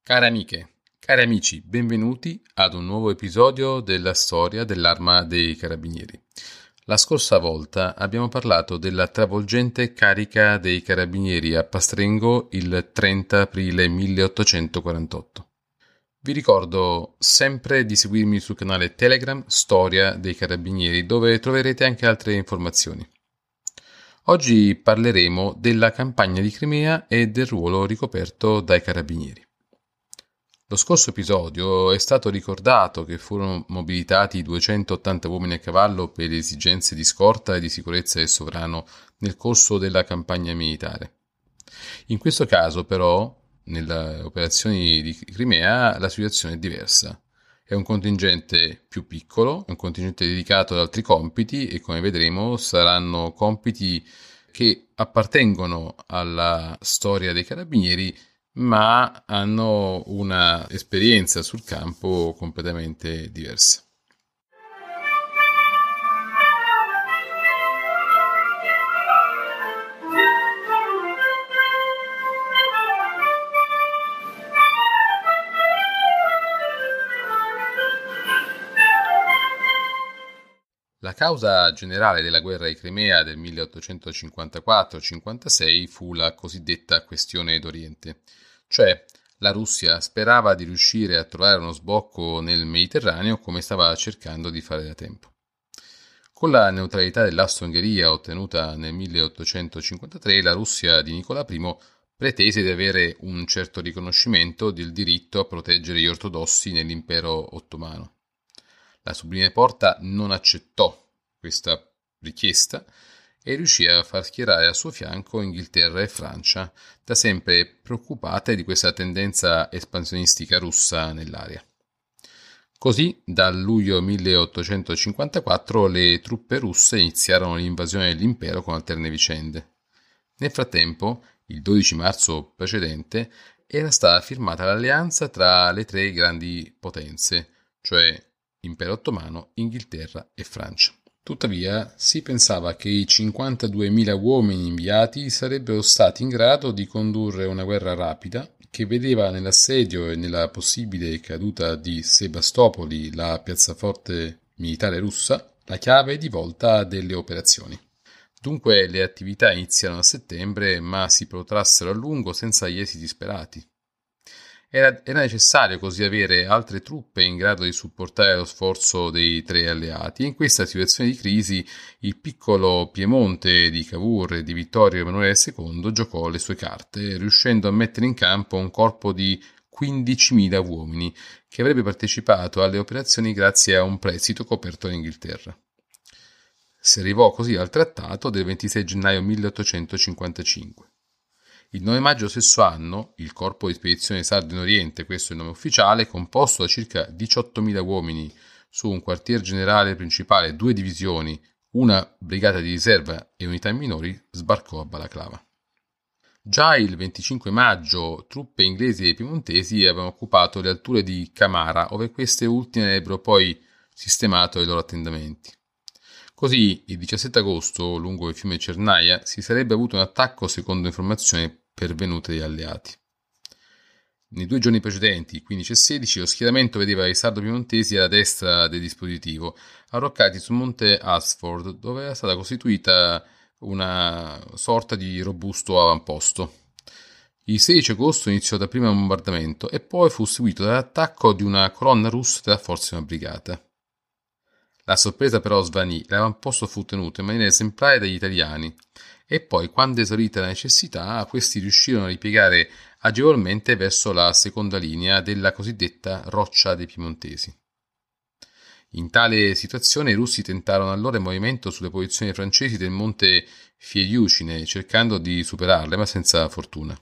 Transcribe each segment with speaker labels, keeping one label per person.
Speaker 1: Care amiche, cari amici, benvenuti ad un nuovo episodio della storia dell'Arma dei Carabinieri. La scorsa volta abbiamo parlato della travolgente carica dei Carabinieri a Pastrengo il 30 aprile 1848. Vi ricordo sempre di seguirmi sul canale Telegram Storia dei Carabinieri, dove troverete anche altre informazioni. Oggi parleremo della campagna di Crimea e del ruolo ricoperto dai Carabinieri. Lo scorso episodio è stato ricordato che furono mobilitati 280 uomini a cavallo per le esigenze di scorta e di sicurezza del sovrano nel corso della campagna militare. In questo caso, però, nelle operazioni di Crimea, la situazione è diversa. È un contingente più piccolo, è un contingente dedicato ad altri compiti e, come vedremo, saranno compiti che appartengono alla storia dei carabinieri, ma hanno una esperienza sul campo completamente diversa. La causa generale della guerra di Crimea del 1854-56 fu la cosiddetta questione d'Oriente, cioè la Russia sperava di riuscire a trovare uno sbocco nel Mediterraneo come stava cercando di fare da tempo. Con la neutralità dell'Austro-Ungheria ottenuta nel 1853, la Russia di Nicola I pretese di avere un certo riconoscimento del diritto a proteggere gli ortodossi nell'impero ottomano. La Sublime Porta non accettò questa richiesta e riuscì a far schierare al suo fianco Inghilterra e Francia, da sempre preoccupate di questa tendenza espansionistica russa nell'area. Così, dal luglio 1854 le truppe russe iniziarono l'invasione dell'impero con alterne vicende. Nel frattempo, il 12 marzo precedente, era stata firmata l'alleanza tra le tre grandi potenze, cioè Impero Ottomano, Inghilterra e Francia. Tuttavia, si pensava che i 52.000 uomini inviati sarebbero stati in grado di condurre una guerra rapida che vedeva nell'assedio e nella possibile caduta di Sebastopoli, la piazzaforte militare russa, la chiave di volta delle operazioni. Dunque le attività iniziarono a settembre, ma si protrassero a lungo senza gli esiti sperati. Era necessario così avere altre truppe in grado di supportare lo sforzo dei tre alleati. In questa situazione di crisi il piccolo Piemonte di Cavour e di Vittorio Emanuele II giocò le sue carte, riuscendo a mettere in campo un corpo di 15.000 uomini che avrebbe partecipato alle operazioni grazie a un prestito coperto dall'Inghilterra. Si arrivò così al trattato del 26 gennaio 1855. Il 9 maggio stesso anno, il Corpo di Spedizione Sardo in Oriente, questo è il nome ufficiale, composto da circa 18.000 uomini su un quartier generale principale, 2 divisioni, una brigata di riserva e unità minori, sbarcò a Balaclava. Già il 25 maggio truppe inglesi e piemontesi avevano occupato le alture di Camara, ove queste ultime avrebbero poi sistemato i loro attendamenti. Così, il 17 agosto, lungo il fiume Cernaia, si sarebbe avuto un attacco secondo informazioni pervenute dagli alleati. Nei 2 giorni precedenti, il 15 e 16, lo schieramento vedeva i sardo-piemontesi alla destra del dispositivo, arroccati sul monte Asford, dove era stata costituita una sorta di robusto avamposto. Il 16 agosto iniziò dapprima un bombardamento e poi fu seguito dall'attacco di una colonna russa della forza di una brigata. La sorpresa però svanì, l'avamposto fu tenuto in maniera esemplare dagli italiani e poi, quando esaurita la necessità, questi riuscirono a ripiegare agevolmente verso la seconda linea della cosiddetta Roccia dei Piemontesi. In tale situazione i russi tentarono allora il movimento sulle posizioni francesi del monte Fieriucine, cercando di superarle, ma senza fortuna.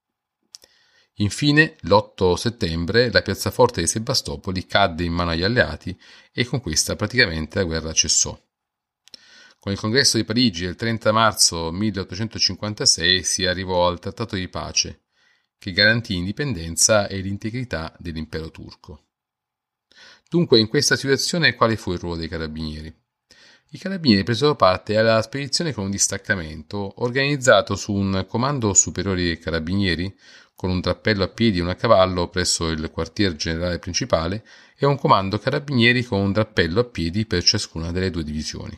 Speaker 1: Infine, l'8 settembre, la piazzaforte di Sebastopoli cadde in mano agli alleati e con questa praticamente la guerra cessò. Con il congresso di Parigi del 30 marzo 1856 si arrivò al trattato di pace, che garantì l'indipendenza e l'integrità dell'impero turco. Dunque, in questa situazione, quale fu il ruolo dei carabinieri? I carabinieri presero parte alla spedizione con un distaccamento organizzato su un comando superiore dei carabinieri, con un drappello a piedi e un a cavallo presso il quartier generale principale e un comando carabinieri con un drappello a piedi per ciascuna delle due divisioni.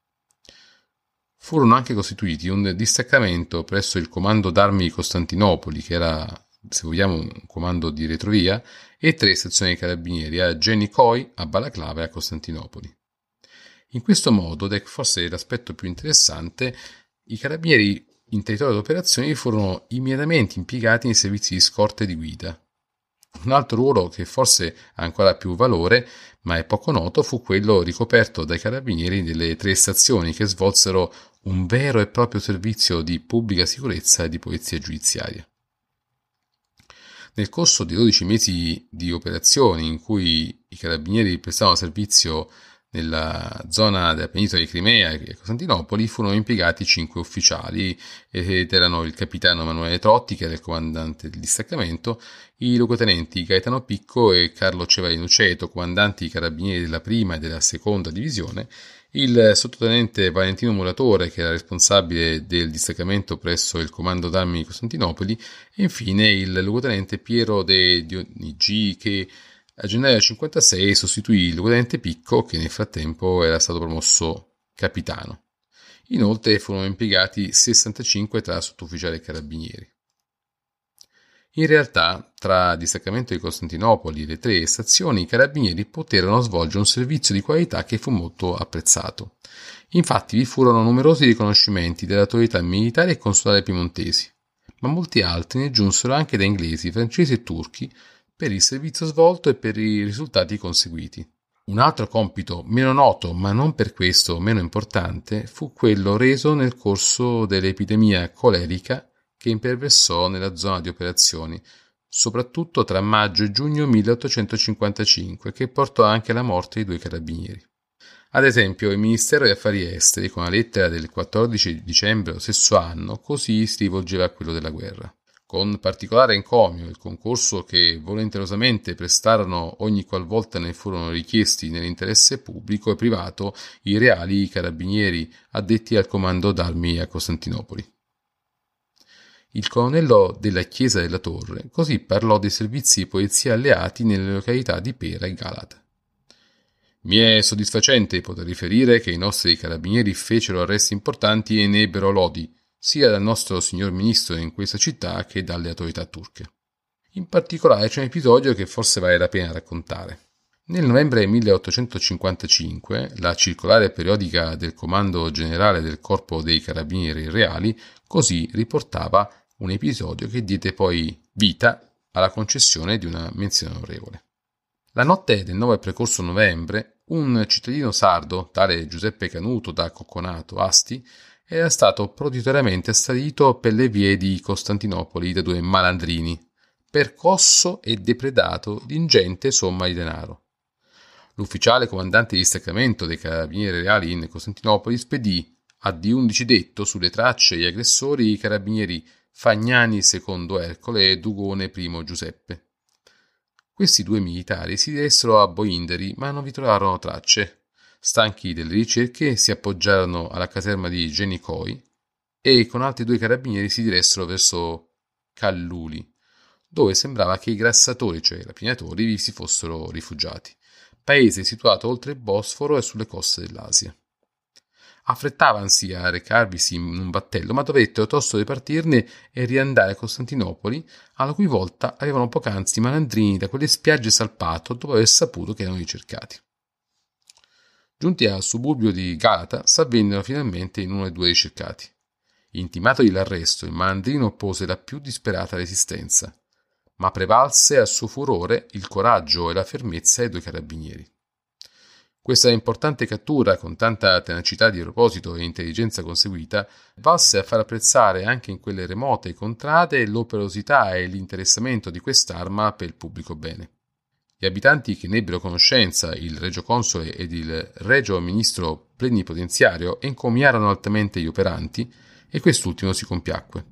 Speaker 1: Furono anche costituiti un distaccamento presso il comando d'armi di Costantinopoli, che era, se vogliamo, un comando di retrovia, e 3 stazioni di carabinieri a Genikoi, a Balaclava e a Costantinopoli. In questo modo, ed è forse l'aspetto più interessante, i carabinieri in territorio di operazioni furono immediatamente impiegati nei servizi di scorta e di guida. Un altro ruolo che forse ha ancora più valore, ma è poco noto, fu quello ricoperto dai carabinieri delle 3 stazioni che svolsero un vero e proprio servizio di pubblica sicurezza e di polizia giudiziaria. Nel corso dei 12 mesi di operazioni in cui i carabinieri prestavano servizio nella zona della penisola di Crimea e Costantinopoli, furono impiegati 5 ufficiali ed erano il capitano Emanuele Trotti, che era il comandante del distaccamento, i luogotenenti Gaetano Picco e Carlo Cevarino Ceto, comandanti carabinieri della prima e della seconda divisione, il sottotenente Valentino Muratore, che era responsabile del distaccamento presso il comando d'armi di Costantinopoli, e infine il luogotenente Piero De Dionigi, che a gennaio del 1956 sostituì il luogotenente Picco, che nel frattempo era stato promosso capitano. Inoltre furono impiegati 65 tra sottufficiali e carabinieri. In realtà, tra il distaccamento di Costantinopoli e le 3 stazioni, i carabinieri poterono svolgere un servizio di qualità che fu molto apprezzato. Infatti vi furono numerosi riconoscimenti dalle autorità militari e consolari piemontesi, ma molti altri ne giunsero anche da inglesi, francesi e turchi per il servizio svolto e per i risultati conseguiti. Un altro compito meno noto, ma non per questo meno importante, fu quello reso nel corso dell'epidemia colerica che imperversò nella zona di operazioni, soprattutto tra maggio e giugno 1855, che portò anche alla morte di 2 carabinieri. Ad esempio, il Ministero degli Affari Esteri, con una lettera del 14 dicembre dello stesso anno, così si rivolgeva a quello della guerra. Con particolare encomio il concorso che volenterosamente prestarono ogni qualvolta ne furono richiesti nell'interesse pubblico e privato i reali carabinieri addetti al comando d'armi a Costantinopoli. Il colonnello della Chiesa della Torre così parlò dei servizi di polizia alleati nelle località di Pera e Galata. Mi è soddisfacente poter riferire che i nostri carabinieri fecero arresti importanti e ne ebbero lodi, sia dal nostro signor ministro in questa città che dalle autorità turche. In particolare c'è un episodio che forse vale la pena raccontare. Nel novembre 1855 la circolare periodica del Comando Generale del Corpo dei Carabinieri Reali così riportava un episodio che diede poi vita alla concessione di una menzione onorevole. La notte del 9 precorso novembre, un cittadino sardo, tale Giuseppe Canuto da Cocconato, Asti, era stato proditoriamente assalito per le vie di Costantinopoli da 2 malandrini, percosso e depredato di ingente somma di denaro. L'ufficiale comandante di distaccamento dei carabinieri reali in Costantinopoli spedì a di 11 detto sulle tracce degli aggressori i carabinieri Fagnani II Ercole e Dugone I Giuseppe. Questi 2 militari si diressero a Boinderi, ma non vi trovarono tracce. Stanchi delle ricerche, si appoggiarono alla caserma di Genikoi e con altri 2 carabinieri si diressero verso Calluli, dove sembrava che i grassatori, cioè i rapinatori, vi si fossero rifugiati, paese situato oltre il Bosforo e sulle coste dell'Asia. Affrettavansi a recarvisi in un battello, ma dovettero tosto ripartirne e riandare a Costantinopoli, alla cui volta arrivavano poc'anzi i malandrini da quelle spiagge salpato dopo aver saputo che erano ricercati. Giunti al suburbio di Galata, s'avvennero finalmente in uno dei 2 ricercati. Intimatogli l'arresto, il malandrino oppose la più disperata resistenza, ma prevalse al suo furore il coraggio e la fermezza dei 2 carabinieri. Questa importante cattura, con tanta tenacità di proposito e intelligenza conseguita, valse a far apprezzare anche in quelle remote contrade l'operosità e l'interessamento di quest'arma per il pubblico bene. Gli abitanti che ne ebbero conoscenza, il regio console ed il regio ministro plenipotenziario, encomiarono altamente gli operanti e quest'ultimo si compiacque.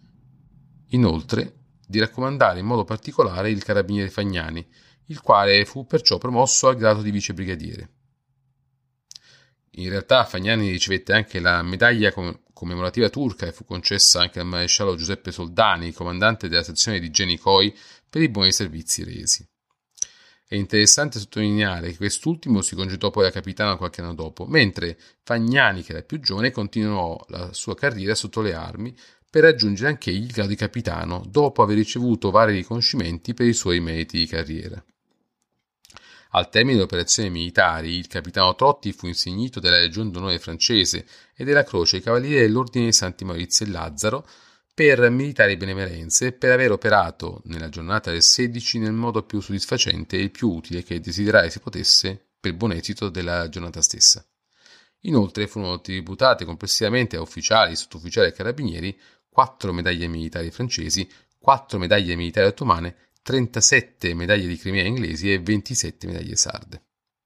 Speaker 1: Inoltre, di raccomandare in modo particolare il carabiniere Fagnani, il quale fu perciò promosso al grado di vicebrigadiere. In realtà Fagnani ricevette anche la medaglia commemorativa turca che fu concessa anche al maresciallo Giuseppe Soldani, comandante della sezione di Genicooi, per i buoni servizi resi. È interessante sottolineare che quest'ultimo si congedò poi da capitano qualche anno dopo, mentre Fagnani, che era più giovane, continuò la sua carriera sotto le armi per raggiungere anch'egli il grado di capitano, dopo aver ricevuto vari riconoscimenti per i suoi meriti di carriera. Al termine delle operazioni militari, il capitano Trotti fu insignito della Legion d'Onore francese e della Croce ai Cavalieri dell'Ordine di Santi Maurizio e Lazzaro per militari benemerenze e per aver operato nella giornata del 16 nel modo più soddisfacente e il più utile che desiderare si potesse per buon esito della giornata stessa. Inoltre furono tributate complessivamente a ufficiali, sottufficiali e carabinieri 4 medaglie militari francesi, 4 medaglie militari ottomane, 37 medaglie di Crimea inglesi e 27 medaglie sarde.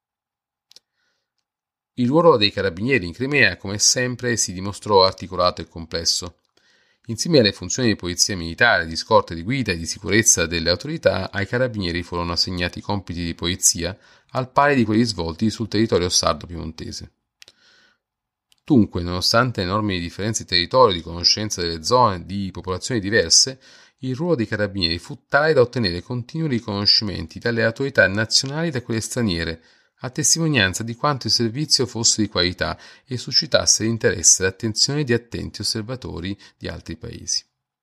Speaker 1: Il ruolo dei carabinieri in Crimea, come sempre, si dimostrò articolato e complesso. Insieme alle funzioni di polizia militare, di scorta, di guida e di sicurezza delle autorità, ai carabinieri furono assegnati compiti di polizia al pari di quelli svolti sul territorio sardo-piemontese. Dunque, nonostante enormi differenze di territorio, di conoscenza delle zone, di popolazioni diverse, il ruolo dei carabinieri fu tale da ottenere continui riconoscimenti dalle autorità nazionali e da quelle straniere, a testimonianza di quanto il servizio fosse di qualità e suscitasse l'interesse e l'attenzione di attenti osservatori di altri paesi.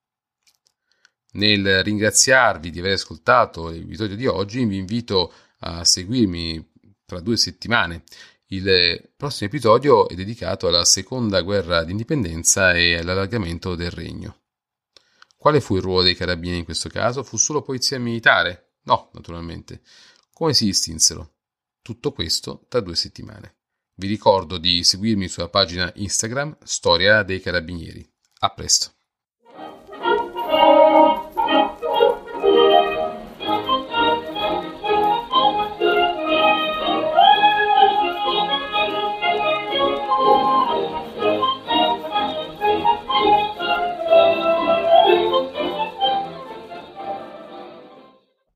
Speaker 1: Nel ringraziarvi di aver ascoltato l'episodio di oggi, vi invito a seguirmi tra 2 settimane. Il prossimo episodio è dedicato alla seconda guerra d'indipendenza e all'allargamento del regno. Quale fu il ruolo dei carabinieri in questo caso? Fu solo polizia militare? No, naturalmente. Come si distinsero? Tutto questo tra 2 settimane. Vi ricordo di seguirmi sulla pagina Instagram Storia dei Carabinieri. A presto.